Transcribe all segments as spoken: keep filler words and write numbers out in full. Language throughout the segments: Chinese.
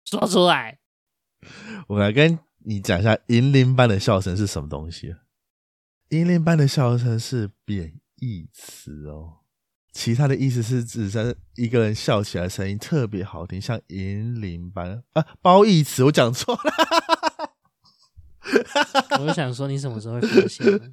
说出来。 我来跟你讲一下银铃般的笑声是什么东西。银铃般的笑声是贬义词哦，其他的意思是指一个人笑起来声音特别好听，像银铃般啊，褒义词我讲错了。 我就想说你什么时候会发现呢？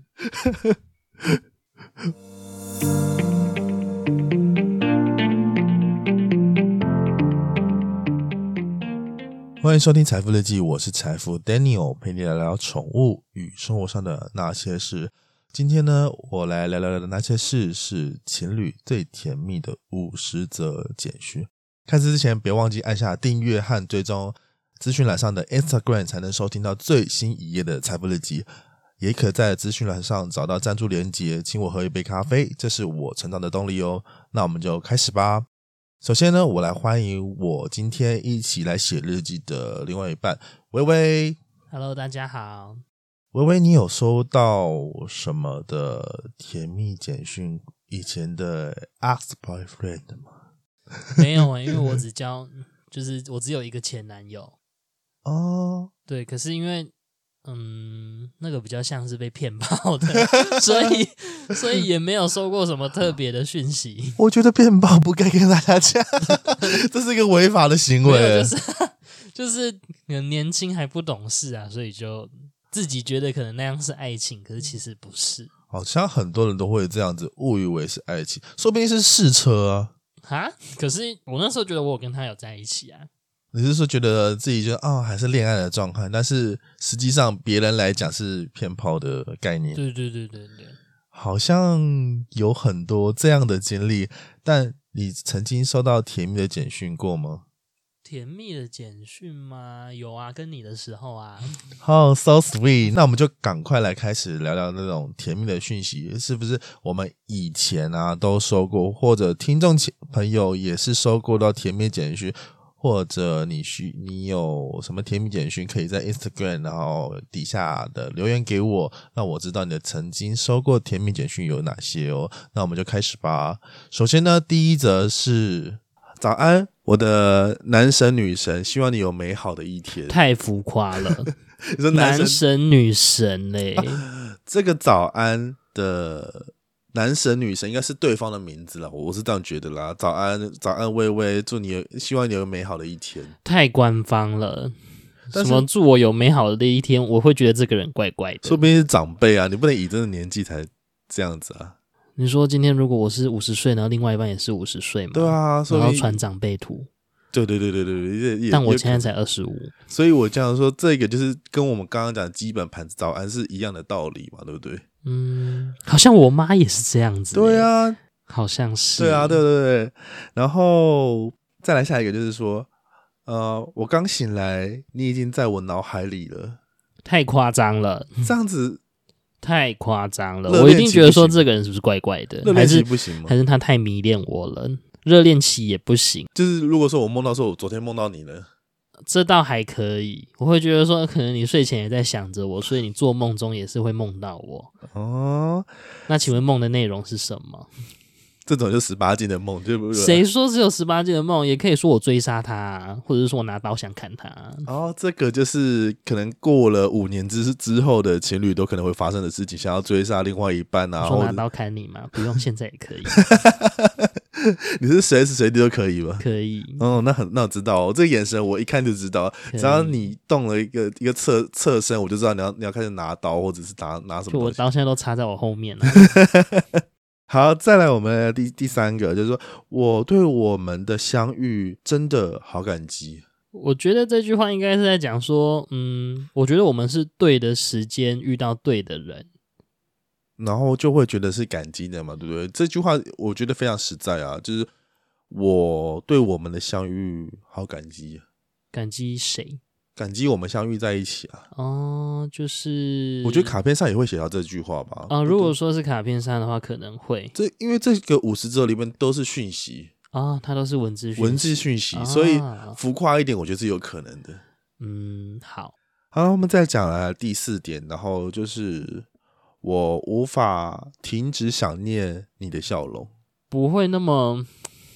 欢迎收听财富日记，我是财富 Daniel， 陪你聊聊宠物与生活上的那些事。今天呢，我来聊聊的那些事是情侣最甜蜜的五十则简讯。开始之前别忘记按下订阅和追踪资讯栏上的 Instagram， 才能收听到最新一页的财富日记。也可在资讯栏上找到赞助连结，请我喝一杯咖啡，这是我成长的动力哦。那我们就开始吧。首先呢，我来欢迎我今天一起来写日记的另外一半，微微。 Hello， 大家好。 微微，你有收到什么的甜蜜简讯？以前的 ex boyfriend 吗？ 没有啊、欸，因为我只交，就是我只有一个前男友。 哦， 对，可是因为嗯，那个比较像是被骗炮的，所以所以也没有收过什么特别的讯息。 我觉得骗炮不该跟大家讲，这是一个违法的行为。 就是就是年轻还不懂事啊，所以就自己觉得可能那样是爱情，可是其实不是。 好像很多人都会这样子误以为是爱情，说不定是试车啊。 哈，可是我那时候觉得我有跟他有在一起啊。 你是说觉得自己就哦还是恋爱的状态，但是实际上别人来讲是骗炮的概念？ 对对对对对， 好像有很多这样的经历，但你曾经收到甜蜜的简讯过吗？ 甜蜜的简讯吗？有啊，跟你的时候啊。 Oh, so sweet。 那我们就赶快来开始聊聊那种甜蜜的讯息，是不是我们以前啊都收过，或者听众朋友也是收过到甜蜜简讯，或者你需你有什么甜蜜简讯，可以在 Instagram 然后底下的留言给我，让我知道你的曾经收过甜蜜简讯有哪些哦。那我们就开始吧。首先呢，第一则是早安，我的男神女神，希望你有美好的一天。 太浮夸了。 你说男神男神女神嘞、 啊？这个早安的男神女神应该是对方的名字啦，我是这样觉得啦。早安，早安，微微，祝你有，希望你有美好的一天。 太官方了，什么祝我有美好的一天，我会觉得这个人怪怪的。 说不定是长辈啊，你不能以这个年纪才这样子啊。 你说今天如果我是五十岁，然后另外一半也是五十岁嘛？ 对啊， 然后传长辈图。 对对对对对对， 但我现在才二十五， 所以我这样说，这个就是跟我们刚刚讲的基本盘早安是一样的道理嘛，对不对？ 嗯，好像我妈也是这样子、欸。 对啊， 好像是。 对啊，对对对。然后再来下一个就是说，呃，我刚醒来，你已经在我脑海里了。 太夸张了， 这样子太夸张了，我一定觉得说这个人是不是怪怪的？ 热恋期不行吗？ 还是他太迷恋我了？热恋期也不行。 就是如果说我梦到说我昨天梦到你了， 这倒还可以，我会觉得说可能你睡前也在想着我，所以你做梦中也是会梦到我。 哦， 那请问梦的内容是什么？ 这种就十八禁的梦，就谁说只有十八禁的梦？也可以说我追杀他、啊，或者是说我拿刀想砍他、啊。 哦，这个就是可能过了五年之之后的情侣都可能会发生的事情，想要追杀另外一半啊， 说拿刀砍你吗？不用，现在也可以。 你是随时随地都可以吗？ 可以。 哦，那很那我知道、哦，这个眼神我一看就知道，只要你动了一个一个侧侧身，我就知道你要你要开始拿刀或者是拿拿什么东西。 就我刀现在都插在我后面了。 好，再来我们第第三个，就是说我对我们的相遇真的好感激。 我觉得这句话应该是在讲说，嗯，我觉得我们是对的时间遇到对的人， 然后就会觉得是感激的嘛，对不对？这句话我觉得非常实在啊，就是我对我们的相遇好感激。 感激谁？ 感激我们相遇在一起啊！ 哦，就是我觉得卡片上也会写到这句话吧。 啊、呃，如果说是卡片上的话，可能会这因为这个五十则里面都是讯息啊、哦，它都是文字讯息文字讯息， 啊、 所以浮夸一点，我觉得是有可能的。 嗯，好， 好，我们再讲来第四点，然后就是我无法停止想念你的笑容， 不会那么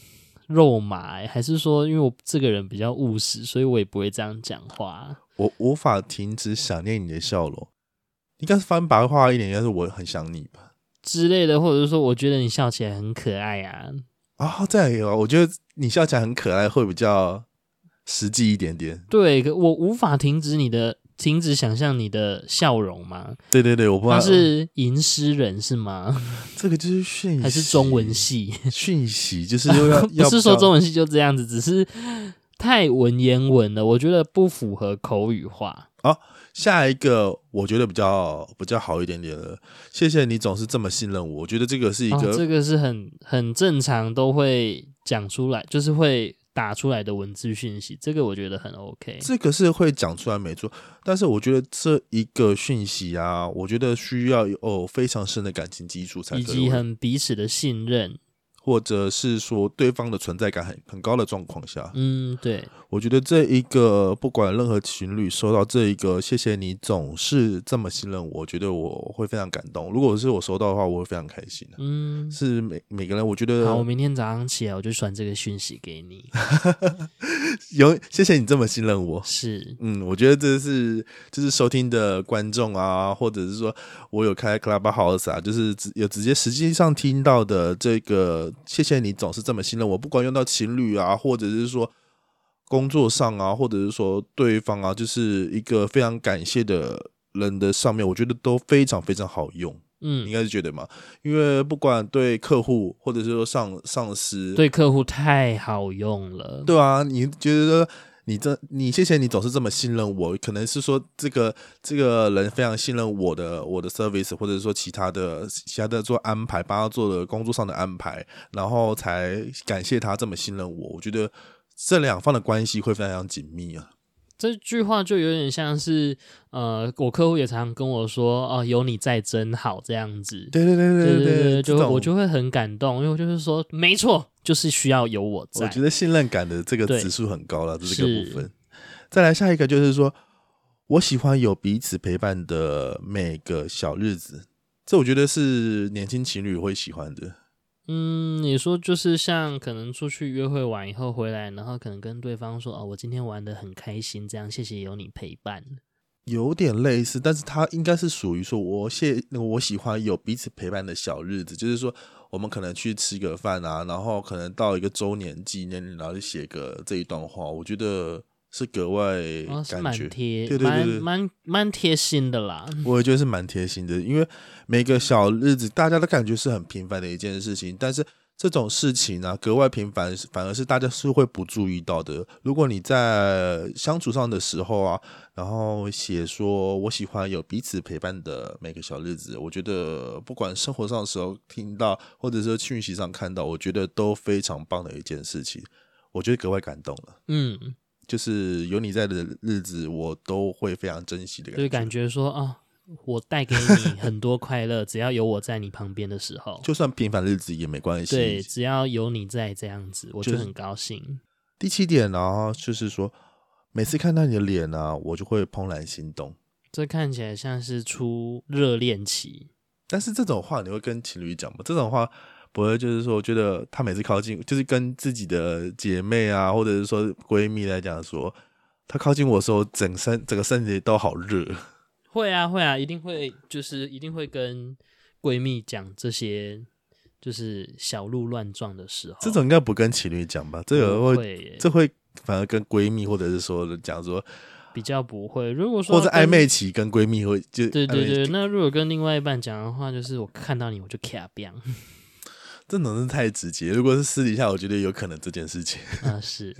肉麻、欸，还是说因为我这个人比较务实，所以我也不会这样讲话？ 我无法停止想念你的笑容，应该是翻白话一点，应该是我很想你吧之类的，或者是说我觉得你笑起来很可爱啊。 啊，再有，我觉得你笑起来很可爱，会比较实际一点点。 对，可我无法停止你的，停止想象你的笑容吗？ 对对对，我不知道他是吟诗人是吗？ 这个就是讯息， 还是中文系？ 讯息就是又要不是说中文系就这样子，只是太文言文了，我觉得不符合口语化。 哦，下一个我觉得比较比较好一点点的，谢谢你总是这么信任我。我觉得这个是一个， 哦、这个是很很正常，都会讲出来，就是会打出来的文字讯息，这个我觉得很 OK。 这个是会讲出来没错，但是我觉得这一个讯息啊，我觉得需要有非常深的感情基础才可以， 以及很彼此的信任。 或者是说对方的存在感很很高的状况下， 嗯，对， 我觉得这一个不管任何情侣收到这一个谢谢你总是这么信任我，我觉得我会非常感动。如果是我收到的话，我会非常开心。 嗯， 是每每个人，我觉得好，我明天早上起来我就传这个讯息给你。 有谢谢你这么信任我， 是， 嗯，我觉得这是就是收听的观众啊，或者是说我有开 Clubhouse 啊，就是有直接实际上听到的这个。谢谢你总是这么信任我，不管用到情侣啊，或者是说工作上啊，或者是说对方啊，就是一个非常感谢的人的上面，我觉得都非常非常好用。嗯，应该是觉得嘛，因为不管对客户或者是说上上司， 对客户太好用了。 对啊，你觉得？你这你谢谢你总是这么信任我，可能是说这个这个人非常信任我的我的 service， 或者说其他的其他的做安排，帮他做的工作上的安排，然后才感谢他这么信任我。我觉得这两方的关系会非常紧密啊。 这句话就有点像是，呃，我客户也常跟我说，哦，有你在真好这样子。 对对对对对对对，就我就会很感动，因为我就是说，没错，就是需要有我在。 我觉得信任感的这个指数很高了，这个部分。再来下一个就是说，我喜欢有彼此陪伴的每个小日子，这我觉得是年轻情侣会喜欢的。 嗯，你说就是像可能出去约会完以后回来，然后可能跟对方说，哦，我今天玩得很开心，这样谢谢有你陪伴。 有点类似，但是它应该是属于说我谢我喜欢有彼此陪伴的小日子，就是说我们可能去吃个饭啊，然后可能到一个周年纪念日，然后就写个这一段话，我觉得是格外感觉， 哦、蛮贴， 对对对对， 蛮蛮贴心的啦。 我也觉得是蛮贴心的，因为每个小日子大家都感觉是很平凡的一件事情，但是这种事情啊，格外平凡，反而是大家是会不注意到的。如果你在相处上的时候啊，然后写说我喜欢有彼此陪伴的每个小日子，我觉得不管生活上的时候听到，或者是讯息上看到，我觉得都非常棒的一件事情，我觉得格外感动了。嗯，就是有你在的日子，我都会非常珍惜的感觉， 就是感觉说啊。我带给你很多快乐，只要有我在你旁边的时候， 就算平凡日子也没关系。 对，只要有你在这样子，我就很高兴。就是、 第七点呢，就是说每次看到你的脸啊，我就会怦然心动。 这看起来像是出热恋期， 但是这种话你会跟情侣讲吗？这种话不会就是说，我觉得他每次靠近，就是跟自己的姐妹啊，或者是说闺蜜来讲说，他靠近我的时候，整身整个身体都好热。 会啊会啊，一定会，就是一定会跟闺蜜讲这些，就是小鹿乱撞的时候。 这种应该不跟情侣讲吧？这个会，会这会反而跟闺蜜或者是说讲说比较不会。如果说或者暧昧期跟闺蜜会就对对对，那如果跟另外一半讲的话，就是我看到你我就卡biang。 这种是太直接。如果是私底下，我觉得有可能这件事情啊是。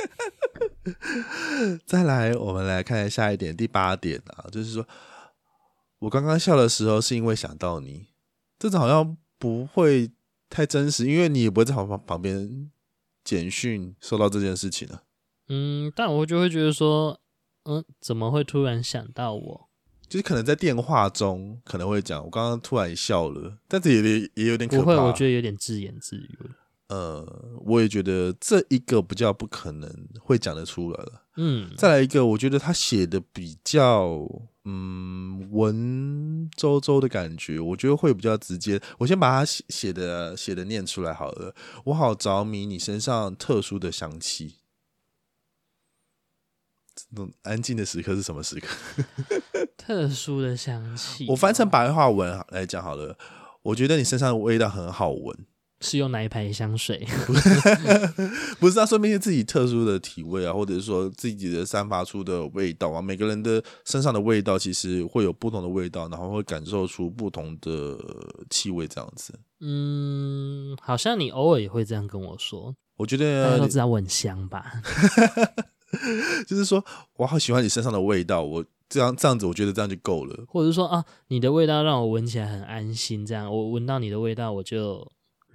再来，我们来看下一点，第八点啊，就是说。我刚刚笑的时候是因为想到你，这种好像不会太真实，因为你也不会在旁旁边简讯收到这件事情啊。 嗯，但我就会觉得说，嗯，怎么会突然想到我？ 就是可能在电话中可能会讲，我刚刚突然笑了，但是也也有点可怕。 不会，我觉得有点自言自语。 呃，我也觉得这一个比较不可能会讲得出来了。 嗯， 再来一个，我觉得他写的比较嗯文绉绉的感觉，我觉得会比较直接。我先把它写写的写的念出来好了。我好着迷你身上特殊的香气。这种安静的时刻是什么时刻？ 特殊的香气， 我翻成白话文来讲好了。我觉得你身上的味道很好闻。 是用哪一排香水？ 不是，他说明是自己特殊的体味啊，或者是说自己的散发出的味道啊。每个人的身上的味道其实会有不同的味道，然后会感受出不同的气味，这样子。 嗯，好像你偶尔也会这样跟我说。 我觉得大家都知道我很香吧？ 就是说我好喜欢你身上的味道，我这样这样子，我觉得这样就够了。 或者是说啊，你的味道让我闻起来很安心，这样我闻到你的味道我就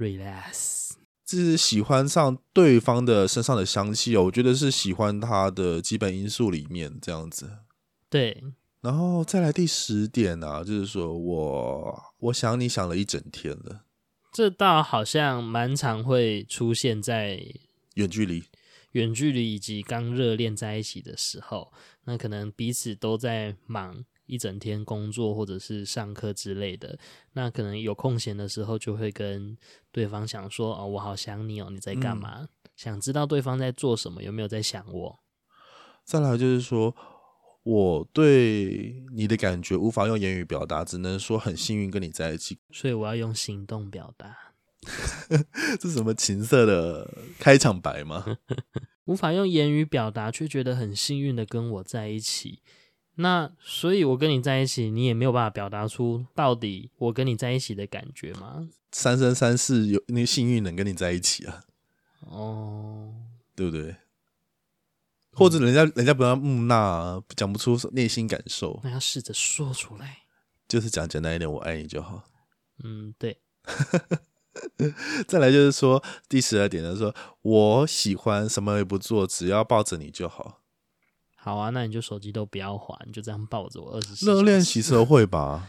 relax。 就是喜欢上对方的身上的香气哦，我觉得是喜欢他的基本因素里面这样子。 对， 然后再来第十点啊，就是说我我想你想了一整天了。 这倒好像蛮常会出现在远距离。 远距离以及刚热恋在一起的时候，那可能彼此都在忙一整天工作或者是上课之类的，那可能有空闲的时候就会跟对方想说哦，我好想你哦，你在干嘛、嗯、想知道对方在做什么，有没有在想我。 再来就是说我对你的感觉无法用言语表达，只能说很幸运跟你在一起， 所以我要用行动表达。 这是什么情色的开场白吗？ 无法用言语表达，却觉得很幸运的跟我在一起。那所以我跟你在一起，你也没有办法表达出到底我跟你在一起的感觉吗？ 三生三世有那幸运能跟你在一起啊。 哦， 对不对？或者人家、嗯、人家不要木讷啊，讲不出内心感受， 那要试着说出来， 就是讲简单一点，我爱你就好。 嗯，对。 再来就是说第十二点就是说我喜欢什么也不做，只要抱着你就好。 好啊，那你就手机都不要滑，你就这样抱着我二十四小时。 热恋期时候会吧？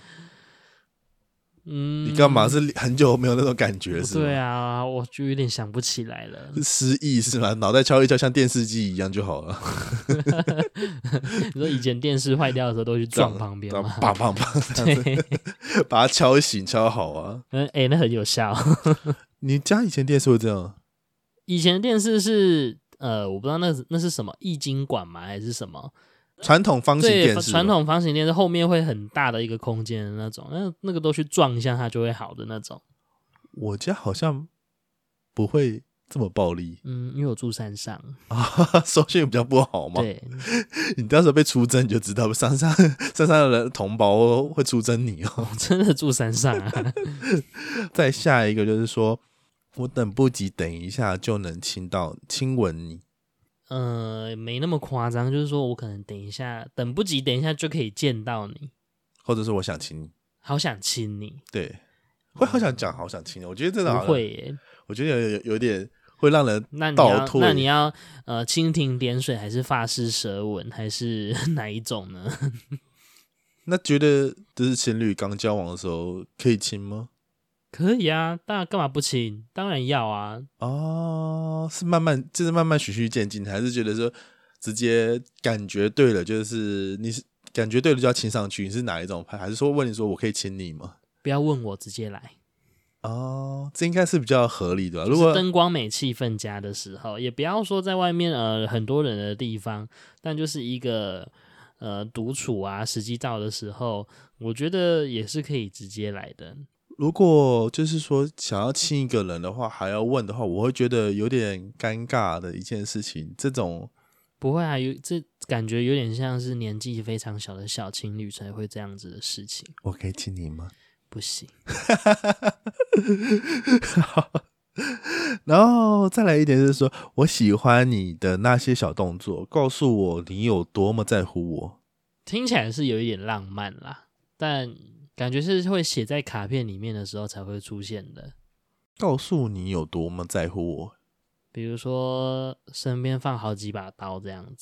嗯， 你干嘛？是很久没有那种感觉是吗？ 对啊，我就有点想不起来了。 是失忆是吗？脑袋敲一敲，像电视机一样就好了。 你说以前电视坏掉的时候都去撞旁边吗？ 砰砰砰，对，把它敲醒敲好啊。 嗯，哎、欸，那很有效。 你家以前电视会这样？ 以前的电视是呃，我不知道那那是什么液晶管吗？还是什么？ 传统方形电视， 传统方形电视后面会很大的一个空间的那种，那那个都去撞一下它就会好的那种。 我家好像不会这么暴力， 嗯，因为我住山上啊，收讯比较不好嘛。 对， 你到时候被出征你就知道，山上山上的人同胞会出征你哦。 我真的住山上啊。 再下一个就是说，我等不及，等一下就能亲到亲吻你。 呃，没那么夸张，就是说我可能等一下，等不及，等一下就可以见到你， 或者是我想亲你， 好想亲你， 对，会好想讲，好想亲你。我觉得真的好不会耶， 我觉得有有有点会让人倒退。 那你要呃蜻蜓点水，还是发式舌吻，还是哪一种呢？ 那觉得就是情侣刚交往的时候可以亲吗？ 可以啊，当然干嘛不亲？当然要啊！ 哦，是慢慢就是慢慢循序渐进，还是觉得说直接感觉对了，就是你是感觉对了就要亲上去？你是哪一种派？还是说问你说我可以亲你吗？ 不要问我，直接来。 哦，这应该是比较合理的吧。 如果灯光美、气氛佳的时候，也不要说在外面呃很多人的地方，但就是一个呃独处啊，时机到的时候，我觉得也是可以直接来的。 如果就是说想要亲一个人的话，还要问的话，我会觉得有点尴尬的一件事情。这种不会啊，有这感觉有点像是年纪非常小的小情侣才会这样子的事情。 我可以亲你吗？ 不行。 然后再来一点就是说，我喜欢你的那些小动作，告诉我你有多么在乎我。 听起来是有一点浪漫啦，但感觉是会写在卡片里面的时候才会出现的。 告诉你有多么在乎我， 比如说身边放好几把刀这样子。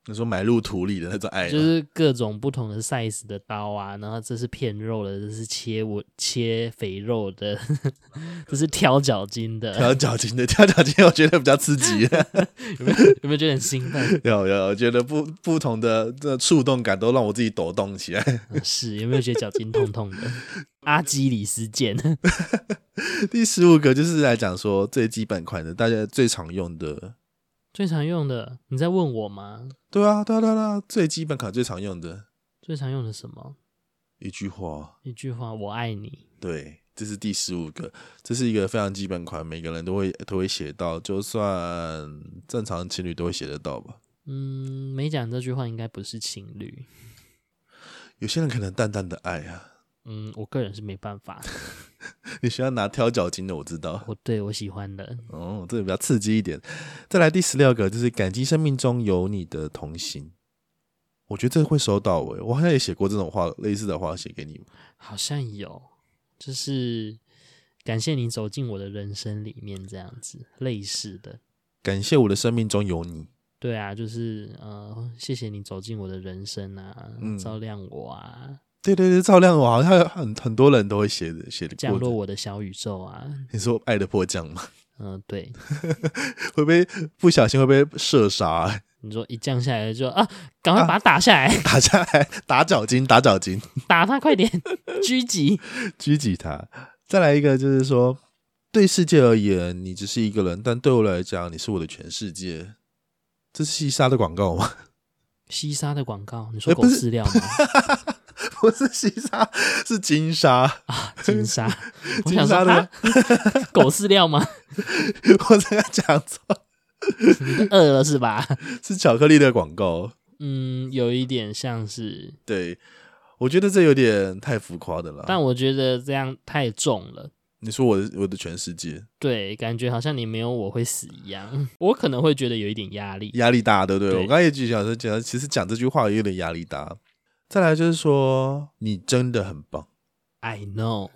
你说埋入土里的那种爱吗？ 就是各种不同的 size 的刀啊，然后这是片肉的，这是切我切肥肉的，这是挑脚筋的， 挑脚筋的，挑脚筋我觉得比较刺激， 有没有有没有觉得很兴奋？ 有有，我觉得不不同的这触动感都让我自己抖动起来。 嗯是，有没有觉得脚筋痛痛的？阿基里斯腱。 第十五个就是来讲说最基本款的，大家最常用的。 最常用的，你在问我吗？ 对啊，对啊，对啊，对啊，最基本款最常用的， 最常用的什么？ 一句话， 一句话，我爱你。 对，这是第十五个，这是一个非常基本款，每个人都会都会写到，就算正常情侣都会写得到吧。 嗯，没讲这句话应该不是情侣。 有些人可能淡淡的爱啊， 嗯，我个人是没办法。 你需要拿挑脚筋的，我知道。 我对我喜欢的。 哦，这个比较刺激一点。再来第十六个，就是感激生命中有你的同行。我觉得这个会收到诶，我好像也写过这种话，类似的话写给你们。 好像有，就是感谢你走进我的人生里面，这样子类似的。 感谢我的生命中有你。 对啊，就是呃，谢谢你走进我的人生啊， 嗯照亮我啊， 对对对，照亮我好像很很多人都会写的写的降落我的小宇宙啊。 你说爱的迫降吗？ 嗯、呃，对。 会不会不小心会被射杀、啊？ 你说一降下来就啊，赶快把它打下来，啊、 打下来，打脚筋，打脚筋， 打他，快点，狙击， 狙击他。再来一个就是说，对世界而言，你只是一个人，但对我来讲，你是我的全世界。这是西沙的广告吗？ 西沙的广告？你说狗欸、 饲料吗？ 不是西沙，是金沙啊，金沙， 金沙的狗饲料吗？ 我这个讲错， 你饿了是吧？ 是巧克力的广告。 嗯，有一点像是。 对，我觉得这有点太浮夸的了。 但我觉得这样太重了。 你说我的我的全世界， 对，感觉好像你没有我会死一样。我可能会觉得有一点压力， 压力大，对不对？ 对我刚才也举想说，讲其实讲这句话有点压力大。再来就是说，你真的很棒。 I know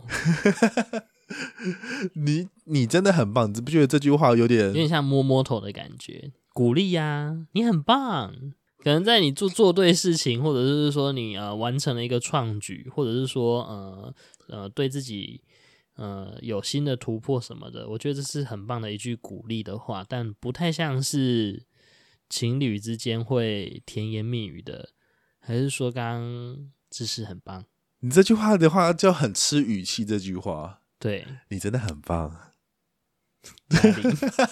你你真的很棒，你不觉得这句话有点有点像摸摸头的感觉，鼓励呀、啊，你很棒。可能在你做做对事情，或者是说你呃完成了一个创举，或者是说呃呃对自己呃有新的突破什么的，我觉得这是很棒的一句鼓励的话，但不太像是情侣之间会甜言蜜语的，还是说刚刚姿势很棒？ 你这句话的话就很吃语气。这句话， 对， 你真的很棒。 压力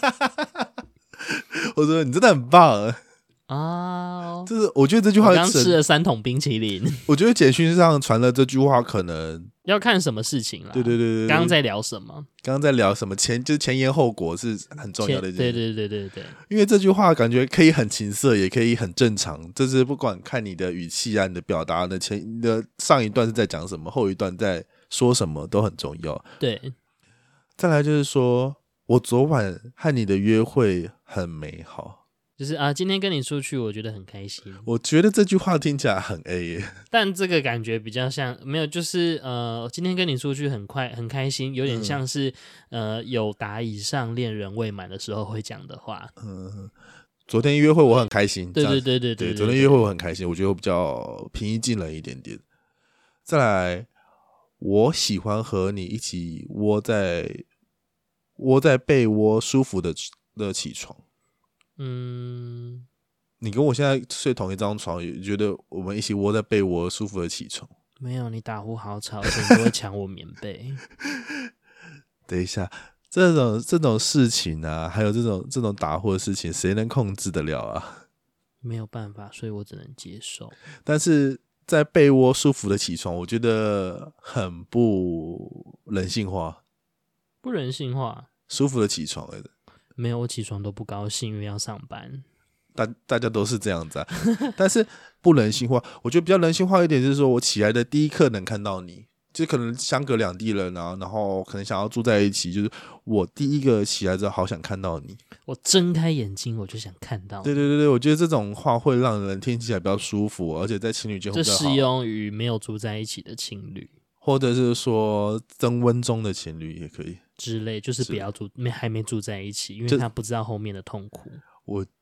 我说你真的很棒啊！ 就是我觉得这句话我刚吃了三桶冰淇淋。 我觉得简讯上传了这句话，可能要看什么事情啦。 对对对对， 刚刚在聊什么？ 刚刚在聊什么前就是前言后果是很重要的一件事。 对对对对对， 因为这句话感觉可以很情色，也可以很正常。就是不管看你的语气啊，你的表达的前你的上一段是在讲什么，后一段在说什么都很重要。 对， 再来就是说我昨晚和你的约会很美好。 就是啊，今天跟你出去，我觉得很开心。 我觉得这句话听起来很 A 耶， 但这个感觉比较像没有，就是呃，今天跟你出去很快很开心，有点像是、嗯、呃有达以上恋人未满的时候会讲的话。 嗯，昨天约会我很开心。 对对对对 对, 对，昨天约会我很开心，我觉得我比较平易近人一点点。再来，我喜欢和你一起窝在窝在被窝，舒服的的起床。 嗯， 你跟我现在睡同一张床，也觉得我们一起窝在被窝，舒服的起床。 没有，你打呼好吵，而且你都会抢我棉被。 等一下，这种这种事情啊，还有这种这种打呼的事情，谁能控制得了啊？ 没有办法，所以我只能接受。 但是在被窝舒服的起床，我觉得很不人性化。 不人性化？ 舒服的起床来的。 没有，我起床都不高兴，因为要上班。 大大家都是这样子啊，但是不人性化。我觉得比较人性化一点，就是说我起来的第一刻能看到你，就可能相隔两地人啊，然后可能想要住在一起，就是我第一个起来之后，好想看到你。 我睁开眼睛，我就想看到你。 对对对对，我觉得这种话会让人听起来比较舒服，而且在情侣间会比较好。 这适用于没有住在一起的情侣， 或者是说增温中的情侣也可以之类，就是不要住，没还没住在一起，因为他不知道后面的痛苦。 我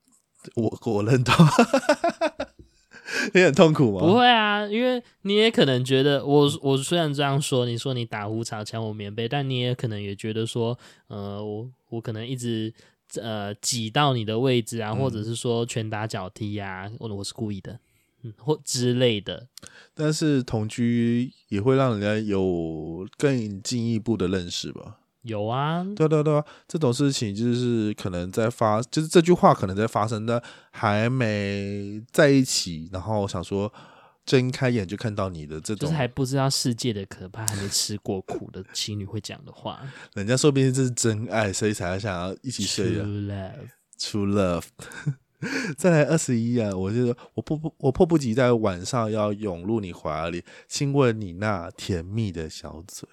我我认同。你很痛苦吗？ 不会啊，因为你也可能觉得我我虽然这样说，你说你打呼吵抢我棉被，但你也可能也觉得说，呃，我我可能一直呃挤到你的位置啊，嗯、或者是说拳打脚踢啊，我我是故意的，嗯，或之类的。 但是同居也会让人家有更进一步的认识吧。 有啊， 对对对，这种事情就是可能在发，就是这句话可能在发生的还没在一起，然后想说睁开眼就看到你的这种， 就是还不知道世界的可怕，还没吃过苦的情侣会讲的话。 人家说不定这是真爱，所以才想要一起睡的。 True love， True love。再来二十一啊，我就说我迫不我迫不及待晚上要涌入你怀里，亲吻你那甜蜜的小嘴。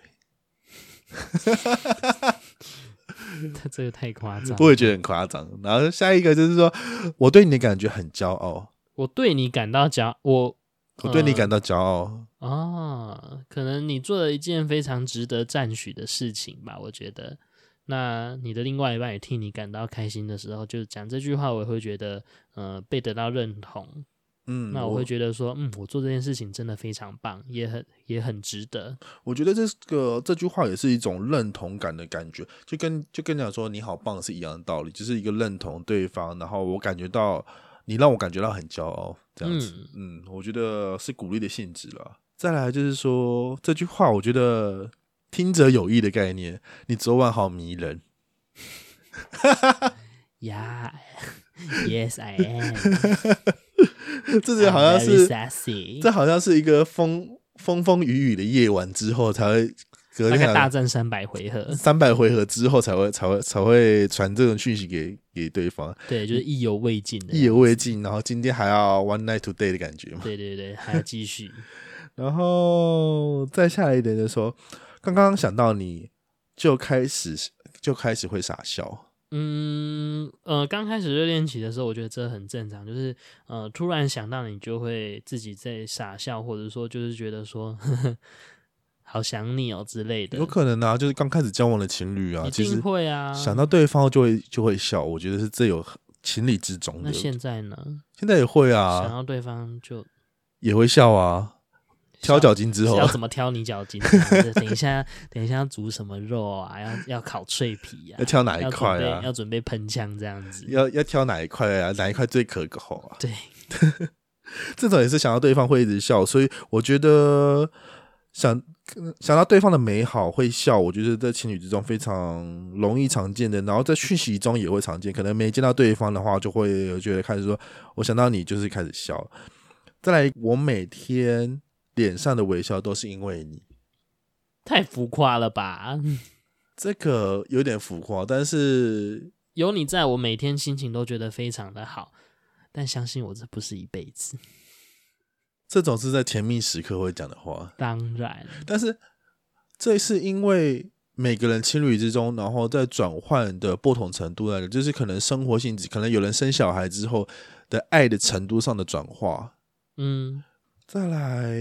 他这个太夸张， 我也觉得很夸张。然后下一个就是说，我对你的感觉很骄傲， 我对你感到骄我我对你感到骄傲、 呃、哦，可能你做了一件非常值得赞许的事情吧，我觉得。那你的另外一半也替你感到开心的时候，就讲这句话，我也会觉得呃被得到认同。嗯，那我会觉得说，嗯，我做这件事情真的非常棒，也很也很值得。 我觉得这个这句话也是一种认同感的感觉，就跟就跟你讲说你好棒是一样的道理，就是一个认同对方，然后我感觉到你让我感觉到很骄傲，这样子。嗯, 嗯，我觉得是鼓励的性质啦。再来就是说这句话，我觉得听者有意的概念，你昨晚好迷人。 Yeah, yes I am 。 这好像是这好像是一个风风风雨雨的夜晚之后才会隔天大概大战三百回合， 三百回合之后才会才会才会传这种讯息给给对方。 对，就是意犹未尽的， 意犹未尽，然后今天还要 one night today 的感觉嘛。 对对对，还要继续。 然后再下来一点就是说，刚刚想到你就开始就开始会傻笑。 嗯，呃，刚开始热恋期的时候，我觉得这很正常，就是呃，突然想到你就会自己在傻笑，或者说就是觉得说，呵呵好想你哦之类的。 有可能啊，就是刚开始交往的情侣啊， 一定会啊， 想到对方就会就会笑，我觉得是这有情理之中的。 那现在呢？ 现在也会啊， 想到对方就也会笑啊。挑脚筋之后要怎么挑你脚筋？等一下，等一下要煮什么肉啊？要要烤脆皮啊？ 要挑哪一块啊？ 要准备喷枪这样子？ 要要挑哪一块啊？哪一块最可口啊？ 对， 这种也是想到对方会一直笑，所以我觉得想想到对方的美好会笑，我觉得在情侣之中非常容易常见的，然后在讯息中也会常见。可能没见到对方的话，就会觉得开始说，我想到你就是开始笑。再来，我每天脸上的微笑都是因为你， 太浮夸了吧？ 这个有点浮夸，但是有你在我每天心情都觉得非常的好，但相信我这不是一辈子。 这种是在甜蜜时刻会讲的话， 当然， 但是这是因为每个人情侣之中，然后在转换的不同程度来的，就是可能生活性质，可能有人生小孩之后的爱的程度上的转化。嗯。再来，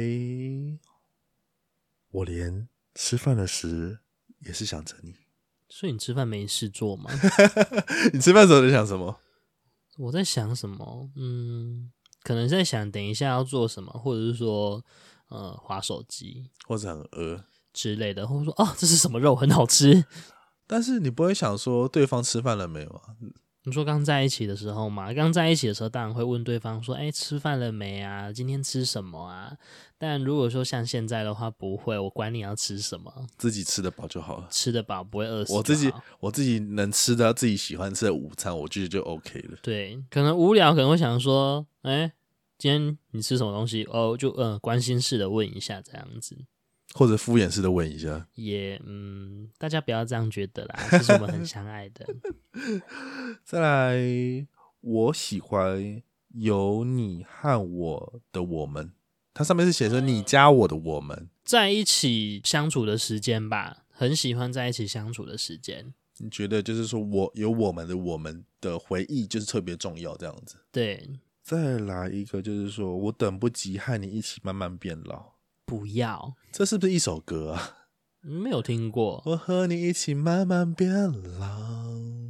我连吃饭的时也是想着你。 所以你吃饭没事做吗？ 你吃饭的时候在想什么？ 我在想什么？嗯，可能在想等一下要做什么，或者是说，呃，滑手机， 或者很饿之类的，或者说，哦，这是什么肉，很好吃。 但是你不会想说对方吃饭了没有？ 你说刚在一起的时候嘛，刚在一起的时候当然会问对方说，哎，吃饭了没啊？今天吃什么啊？但如果说像现在的话，不会，我管你要吃什么， 自己吃得饱就好了， 吃得饱不会饿死。 我自己我自己能吃到自己喜欢吃的午餐，我觉得就 OK 了。 对，可能无聊，可能会想说，哎，今天你吃什么东西？哦，就嗯、呃，关心式的问一下这样子。 或者敷衍式的问一下， 也嗯，大家不要这样觉得啦，这是我们很相爱的。 再来，我喜欢有你和我的我们，它上面是写着你加我的我们， 在一起相处的时间吧，很喜欢在一起相处的时间。 你觉得就是说我有我们的我们的回忆就是特别重要这样子。 对， 再来一个就是说我等不及和你一起慢慢变老。 不要， 这是不是一首歌啊？ 没有听过。 我和你一起慢慢变老，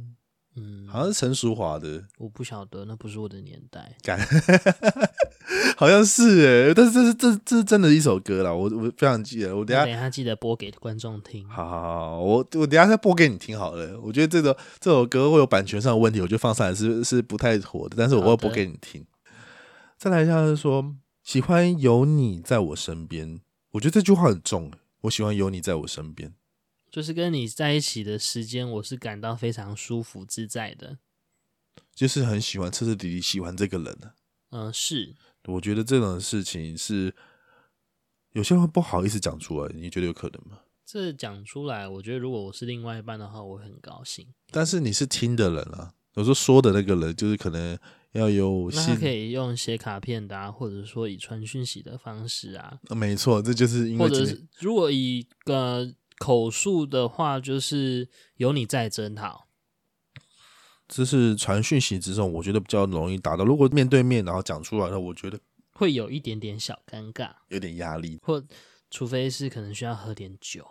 嗯， 好像是陈淑桦的， 我不晓得，那不是我的年代。 干好像是诶，但是这是这这是真的一首歌啦，我我非常记得，我等一下等一下记得播给观众听。 好好好，我我等一下再播给你听好了。我觉得这个这首歌会有版权上的问题，我就放上来是是不太妥的，但是我会播给你听。再来一下是说，喜欢有你在我身边，我觉得这句话很重。我喜欢有你在我身边， 就是跟你在一起的时间，我是感到非常舒服自在的。 就是很喜欢彻彻底底喜欢这个人的。 嗯、呃，是。 我觉得这种事情是有些人不好意思讲出来，你觉得有可能吗？ 这讲出来，我觉得如果我是另外一半的话，我会很高兴。 但是你是听的人啊，有时候说的那个人就是可能要有信， 那他可以用写卡片的啊，或者说以传讯息的方式啊。 啊没错，这就是因为或者是如果以呃口述的话，就是有你在真好。 这是传讯息之中，我觉得比较容易达到。如果面对面然后讲出来的，我觉得会有一点点小尴尬， 有点压力。 或除非是可能需要喝点酒。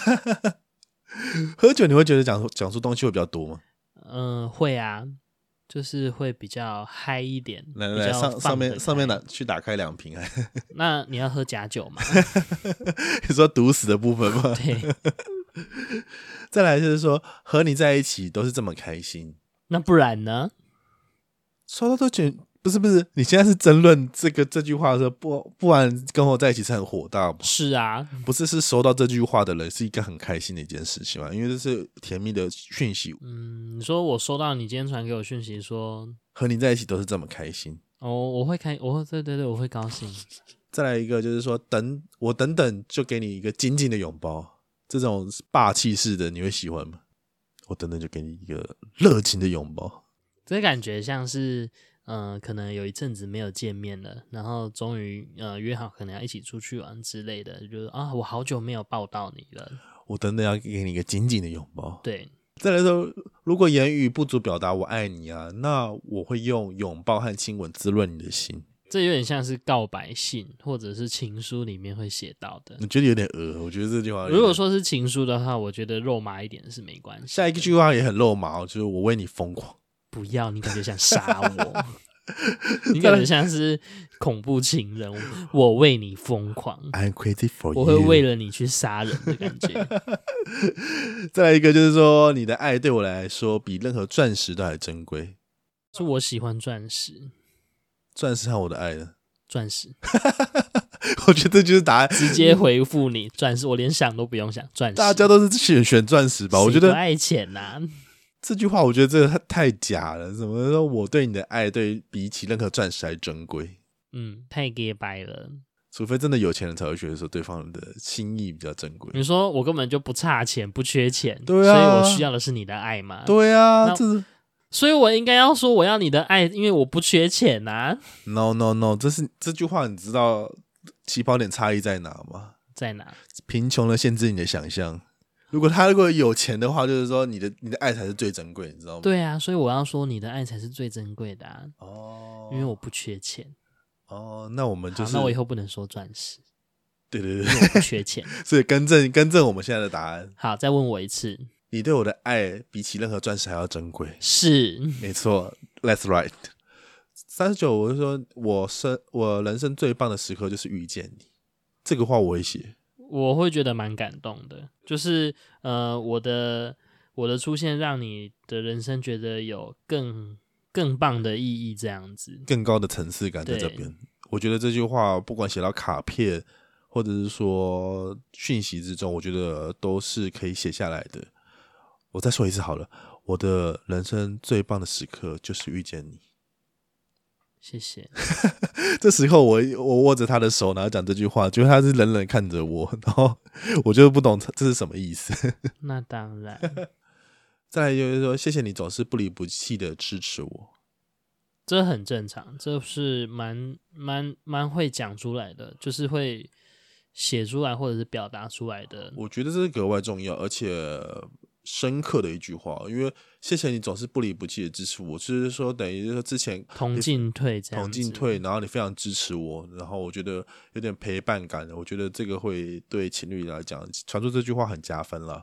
喝酒你会觉得讲讲出东西会比较多吗？ 嗯、呃，会啊，就是会比较嗨一点。 来来来，上上面上面拿去打开两瓶。 那你要喝假酒吗？ 你说毒死的部分吗？ 对。 再来就是说，和你在一起都是这么开心。 那不然呢？ 说到都觉得不是不是，你现在是争论这个这句话的时候，不不然跟我在一起是很火大吗？ 是啊， 不是是收到这句话的人是一个很开心的一件事情嘛，因为这是甜蜜的讯息。 嗯，你说我收到你今天传给我讯息说和你在一起都是这么开心哦，我会开，我会对对对，我会高兴。 再来一个就是说，等我等等就给你一个紧紧的拥抱，这种霸气式的你会喜欢吗？我等等就给你一个热情的拥抱， 这感觉像是呃，可能有一阵子没有见面了，然后终于呃约好可能要一起出去玩之类的，就是啊，我好久没有抱到你了， 我等等要给你一个紧紧的拥抱。 对， 再来说，如果言语不足表达我爱你啊，那我会用拥抱和亲吻滋润你的心。 这有点像是告白信或者是情书里面会写到的。 我觉得有点恶，我觉得这句话如果说是情书的话，我觉得肉麻一点是没关系。 下一句话也很肉麻，就是我为你疯狂。 不要，你感觉像杀我。你感觉像是恐怖情人，我为你疯狂 I'm crazy for you， 我会为了你去杀人的感觉。 再来一个就是说，你的爱对我来说比任何钻石都还珍贵。 是我喜欢钻石， 钻石和我的爱呢？ 钻石。 我觉得这就是答案， 直接回复你钻石，我连想都不用想，钻石。 大家都是选选钻石吧？我觉得爱钱呐、啊。 这句话我觉得这个太假了，怎么说我对你的爱对比起任何钻石还珍贵？ 嗯，太 gay 白了。 除非真的有钱人才会觉得说对方的心意比较珍贵。 你说我根本就不差钱，不缺钱， 对啊， 所以我需要的是你的爱嘛？ 对啊，这是， 所以我应该要说我要你的爱，因为我不缺钱啊。 No No No， 这是这句话，你知道起跑点差异在哪吗？ 在哪？ 贫穷的限制你的想象。如果他如果有钱的话，就是说你的你的爱才是最珍贵，你知道吗？ 对啊，所以我要说你的爱才是最珍贵的啊。 哦， 因为我不缺钱。 哦，那我们就是， 那我以后不能说钻石。 对对对， 因为我不缺钱。 所以更正更正我们现在的答案。 好，再问我一次。 你对我的爱比起任何钻石还要珍贵。 是， 没错 ，That's right。三十九，我就说我生我人生最棒的时刻就是遇见你。这个话我会写。 我会觉得蛮感动的，就是呃，我的我的出现让你的人生觉得有更更棒的意义，这样子， 更高的层次感在这边。我觉得这句话不管写到卡片，或者是说讯息之中，我觉得都是可以写下来的。我再说一次好了，我的人生最棒的时刻就是遇见你。 谢谢。 这时候我我握着他的手，然后讲这句话，就是他是冷冷看着我，然后我就不懂这是什么意思。 那当然。 再来就是说，谢谢你总是不离不弃的支持我。 这很正常，这是蛮蛮蛮会讲出来的，就是会写出来或者是表达出来的。 我觉得这是格外重要而且深刻的一句话，因为谢谢你总是不离不弃的支持我，就是说等于说之前同进退这样子， 同进退，然后你非常支持我，然后我觉得有点陪伴感，我觉得这个会对情侣来讲传出这句话很加分啦。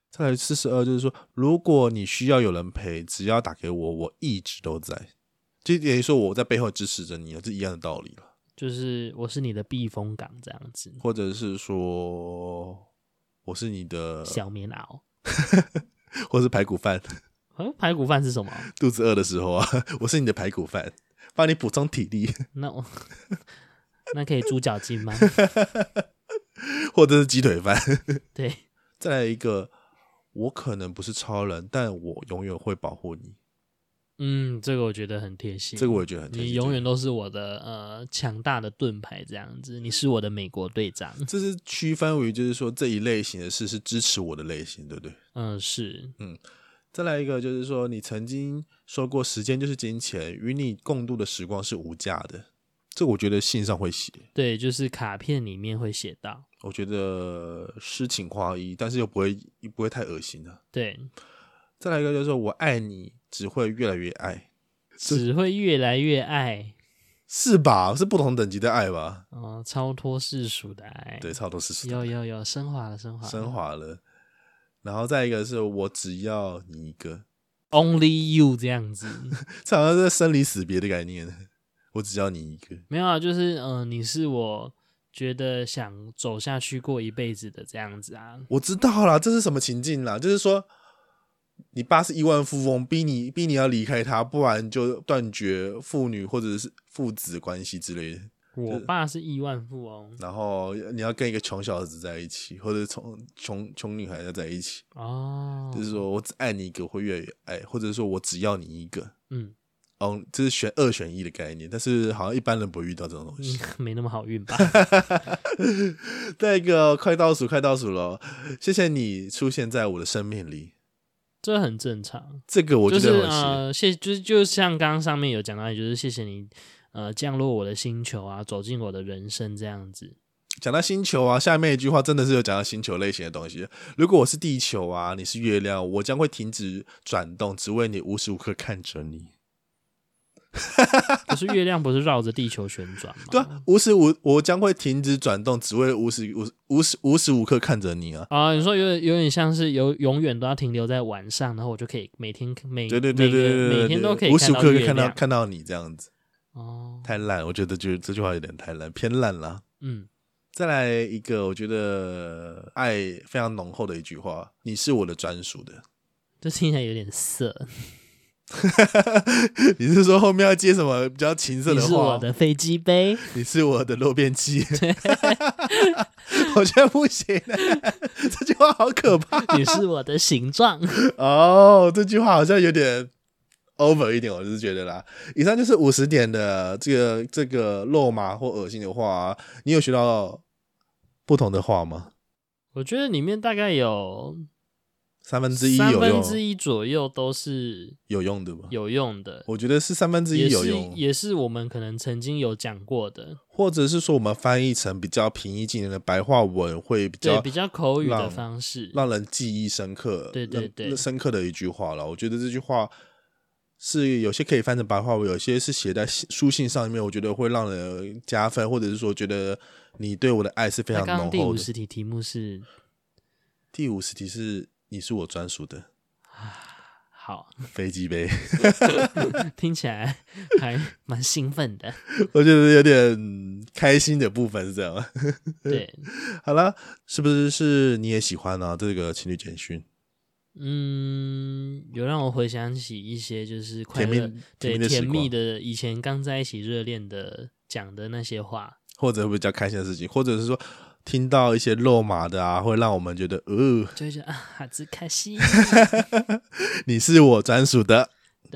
再来四十二就是说，如果你需要有人陪，只要打给我，我一直都在。就等于说我在背后支持着你，是一样的道理了。 就是我是你的避风港这样子， 或者是说我是你的小棉袄， 或是排骨饭。 嗯，排骨饭是什么？ 肚子饿的时候啊，我是你的排骨饭，帮你补充体力。 那我那可以猪脚筋吗？ 或者是鸡腿饭。 对， 再来一个，我可能不是超人，但我永远会保护你。 嗯，这个我觉得很贴心， 这个我也觉得很贴心， 你永远都是我的呃强大的盾牌，这样子，你是我的美国队长。 这是区分于就是说这一类型的事是支持我的类型，对不对？ 嗯，是， 嗯。再来一个就是说，你曾经说过时间就是金钱，与你共度的时光是无价的。这我觉得信上会写， 对，就是卡片里面会写到。 我觉得诗情画意，但是又不会不会太恶心了。 对， 再来一个就是说我爱你，只会越来越爱， 只会越来越爱， 是吧？是不同等级的爱吧？ 哦，超脱世俗的爱， 对，超脱世俗的爱， 有有有，升华了，升华了， 升华了。然后再一个是我只要你一个 ，Only you 这样子， 这好像是生离死别的概念。我只要你一个， 没有啊，就是嗯、呃，你是我觉得想走下去过一辈子的这样子啊。 我知道啦，这是什么情境啦？就是说，你爸是亿万富翁，逼你逼你要离开他，不然就断绝父女或者是父子关系之类的。 我爸是亿万富翁， 然后你要跟一个穷小子在一起，或者穷穷穷女孩在一起。 哦， 就是说我只爱你一个，会越来越爱，或者说我只要你一个。 嗯。 哦，这是选二选一的概念，但是好像一般人不会遇到这种东西， 嗯、没那么好运吧？ 再一个，快倒数，快倒数了，谢谢你出现在我的生命里， 这很正常。 这个我觉得就是很呃，谢就是就像刚刚上面有讲到，就是谢谢你呃降落我的星球啊，走进我的人生这样子。 讲到星球啊，下面一句话真的是有讲到星球类型的东西。如果我是地球啊，你是月亮，我将会停止转动，只为你无时无刻看着你。 可是月亮不是绕着地球旋转吗？ 对啊，无时无我将会停止转动，只为无时无无时无时无刻看着你啊！ 啊，你说有有点像是有永远都要停留在晚上，然后我就可以每天每对对对对对每天都可以无时无刻看到看到看到你这样子。 哦， 太烂，我觉得就这句话有点太烂，偏烂啦。 嗯， 再来一个，我觉得爱非常浓厚的一句话：你是我的专属的。 这听起来有点色。 你是说后面要接什么比较情色的话？ 你是我的飞机杯， 你是我的漏便器。我觉得不行，这句话好可怕。 你是我的形状。 哦，这句话好像有点 over 一点，我就是觉得啦。以上就是五十点的这个这个肉麻或恶心的话、啊，你有学到不同的话吗？ 我觉得里面大概有。 三分之一有用， 三分之一左右都是有用的吧？ 有用的， 我觉得是三分之一有用， 也是也是我们可能曾经有讲过的， 或者是说我们翻译成比较平易近人的白话文，会比较对比较口语的方式， 让人记忆深刻， 对对对， 深刻的一句话了。我觉得这句话是有些可以翻成白话文，有些是写在书信上面，我觉得会让人加分，或者是说觉得你对我的爱是非常浓厚的。 刚刚第五十题题目是， 第五十题是。你是我专属的， 好飞机杯， 听起来还蛮兴奋的。 我觉得有点开心的部分是这样。 对， 好了，是不是是你也喜欢啊？这个情侣简讯， 嗯，有让我回想起一些就是快乐、 甜蜜对甜蜜的甜蜜的以前刚在一起热恋的讲的那些话， 或者比较开心的事情，或者是说。听到一些肉麻的啊，会让我们觉得呃， 就会觉得啊，好自开心。 你是我专属的。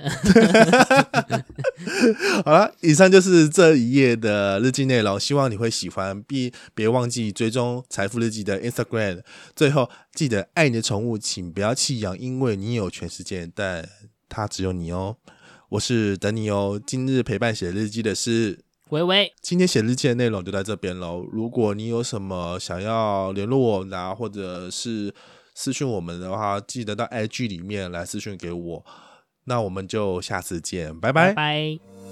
好了，以上就是这一页的日记内容，希望你会喜欢，并别忘记追踪财富日记的 Instagram。最后，记得爱你的宠物，请不要弃养，因为你有全世界，但它只有你哦。我是等你哦。今日陪伴写日记的是。 喂喂， 今天写日记的内容就在这边咯。如果你有什么想要联络我们啊，或者是私讯我们的话，记得到 I G 里面来私讯给我。那我们就下次见，拜拜。 拜拜。